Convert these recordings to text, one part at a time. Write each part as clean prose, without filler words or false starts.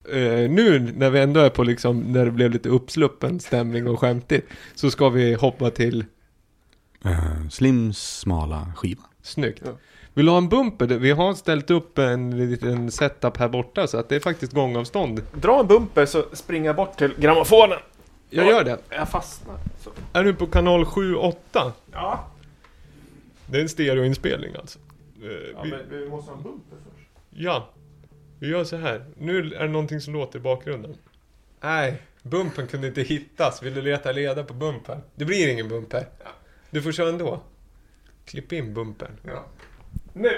nu när vi ändå är på liksom, när det blev lite uppsluppen stämning och skämtigt, så ska vi hoppa till Slims smala skiva. Snyggt. Ja. Vill du ha en bumper? Vi har ställt upp en liten setup här borta så att det är faktiskt gångavstånd. Dra en bumper så springer jag bort till grammofonen. Jag gör det. Jag fastnar. Så. Är du på kanal 7-8? Ja. Det är en stereoinspelning alltså. Men vi måste ha en bumper först. Ja. Vi gör så här. Nu är det någonting som låter i bakgrunden. Nej, bumpen kunde inte hittas. Vill du leta leda på bumpen? Det blir ingen bumper. Ja. Du får köra ändå. Klipp in bumpen. Ja. Nu!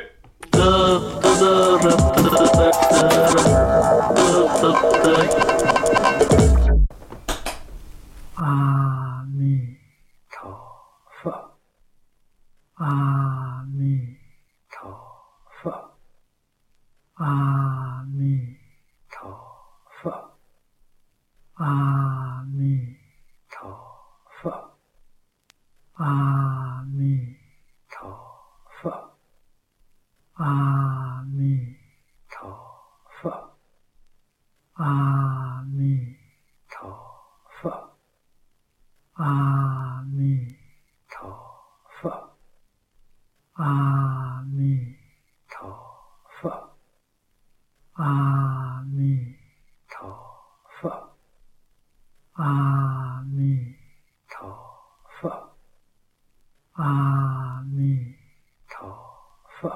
Amitabha. Amitabha. Amitabha. Amitabha. Amitabha. Amitabha. Amitabha. Amitabha. Amitabha. Amitabha. Amitabha. Amitabha.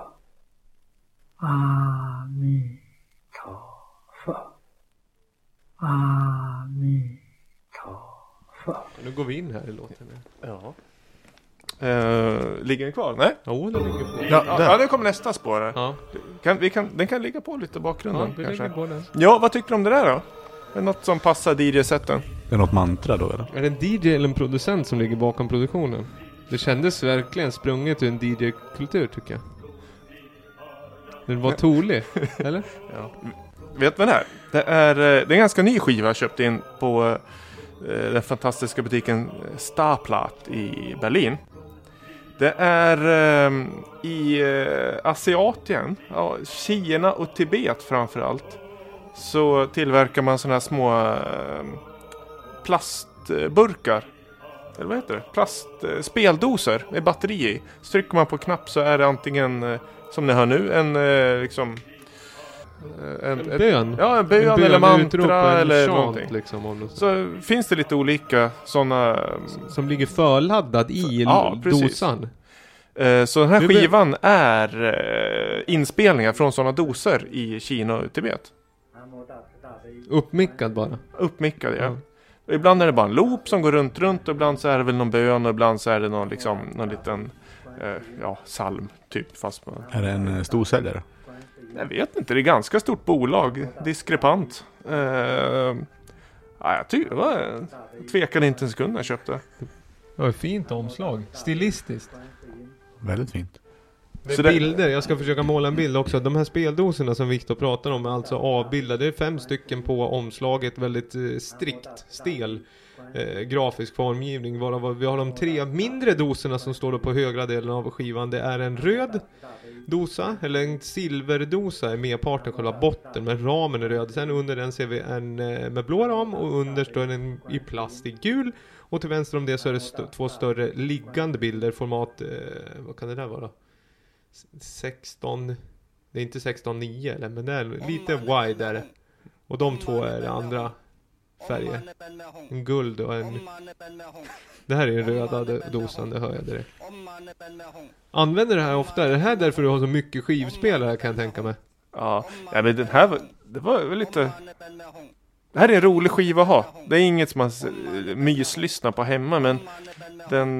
Amitabha. Nu går vi in här i låten. Ja. Ligger den kvar? Nej? Jo, den ligger på. Ja, det kommer nästa spår här. Ja. Den kan ligga på lite i bakgrunden. Ja, vi kanske. ligger på den. Ja, vad tycker du om det där då? Är det något som passar DJ-sätten? Det är något mantra då eller? Är det en DJ eller en producent som ligger bakom produktionen? Det kändes verkligen sprunget ur en DJ-kultur tycker jag. Den var tolig, eller? Ja. Vet vad det är? Det är en ganska ny skiva jag köpte in på den fantastiska butiken Starplat i Berlin. Det är i Asiatien, Kina och Tibet framförallt, så tillverkar man såna här små plastburkar. Eller vad heter det? Speldoser med batteri i. Så trycker man på knapp så är det antingen, som ni hör nu, en liksom... En bön? Ja, en bön eller mantra eller chant, någonting. Liksom, så finns det lite olika sådana... Som ligger förladdad i dosan. Så den här skivan är inspelningar från sådana doser i Kina och Tibet. Uppmickad bara? Uppmickad, ja. Och ibland är det bara en loop som går runt och ibland så är det väl någon bön och ibland så är det någon, liksom, någon liten psalm typ. Fast man... Är det en storsäljare? Jag vet inte, det är ganska stort bolag. Diskrepant. Jag tycker det var... Jag tvekade inte en sekund när jag köpte. Ja, fint omslag. Stilistiskt. Väldigt fint. Det är bilder, jag ska försöka måla en bild också. De här speldoserna som Victor pratar om är alltså avbildade. Det är 5 stycken på omslaget. Väldigt strikt, stel grafisk formgivning. Vi har de 3 mindre doserna som står då på högra delen av skivan. Det är en röd dosa, eller en silverdosa är merparten, själva botten, men ramen är röd. Sen under den ser vi en med blå ram och under står den i plast i gul. Och till vänster om det så är det 2 större liggande bilder, format, vad kan det där vara? 16, det är inte 16:9 eller, men det är lite wide där. Och de 2 är det andra färger. En guld och en... Det här är den röda dosan, det hör jag direkt. Använder det här ofta? Är det här därför du har så mycket skivspelare, kan jag tänka mig? Ja, men den här det var väl lite... Det här är en rolig skiva att ha. Det är inget som man myslyssnar på hemma, men den...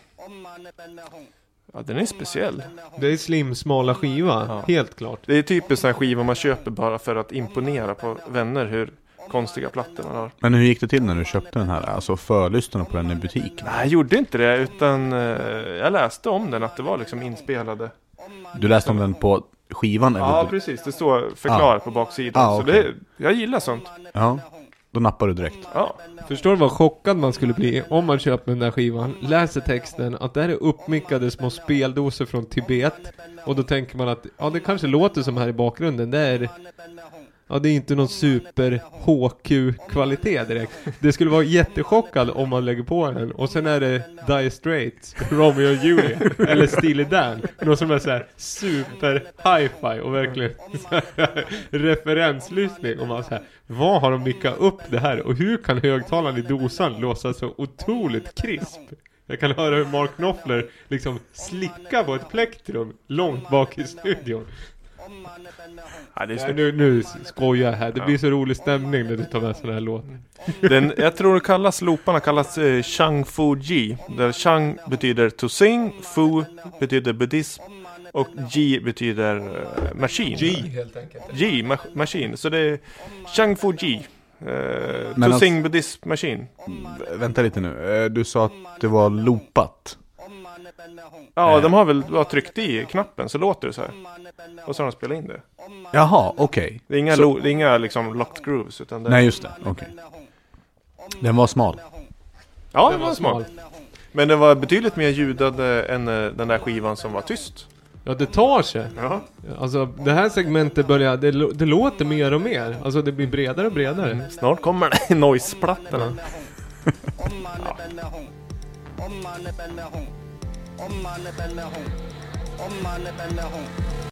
Ja, den är speciell. Det är slim, smala skiva, helt klart. Det är typiskt en skiva man köper bara för att imponera på vänner hur konstiga plattor man har. Men hur gick det till när du köpte den här? Alltså förlyssnarna på den i butik? Nej, jag gjorde inte det, utan jag läste om den, att det var liksom inspelade. Du läste om den på skivan? Eller? Ja, precis. Det står förklarat på baksidan. Så okay. Jag gillar sånt. Ja, då nappar du direkt. Ja. Förstår du vad chockad man skulle bli om man köper den där skivan, läser texten att det här är uppmickade små speldoser från Tibet, och då tänker man att det kanske låter som här i bakgrunden, det är Ja, det är inte någon super HQ-kvalitet direkt. Det skulle vara jättechockad om man lägger på den. Och sen är det Dire Straits, Romeo och Julia, eller Steely Dan. Något som är så här super hi-fi och verkligen så här referenslyssning. Och man så här, vad har de mickat upp det här? Och hur kan högtalaren i dosan låsa så otroligt krisp? Jag kan höra hur Mark Knopfler liksom slickar på ett plektrum långt bak i studion. Ja, det är Nej, nu skojar jag här. Det blir så rolig stämning när du tar med sådana här låtar. Jag tror det looparna kallas Shang Fu Ji. Där Shang betyder to sing, Fu betyder buddhism och Ji betyder maskin. G helt enkelt. Ji, maskin. Så det är Shang Fu Ji. To alltså- sing buddhism maskin. Vänta lite nu. Du sa att det var loopat. Ja, de har väl bara tryckt i knappen så låter det så här. Och så har de spelat in det. Jaha, okej. Det är inga liksom locked grooves utan det... Nej, just det. Okej. Den var smal. Ja, det var smal. Men det var betydligt mer ljudande än den där skivan som var tyst. Ja, det tar sig. Ja. Alltså, det här segmentet börjar... Det låter mer och mer. Alltså, det blir bredare och bredare. Snart kommer det i noise-plattorna.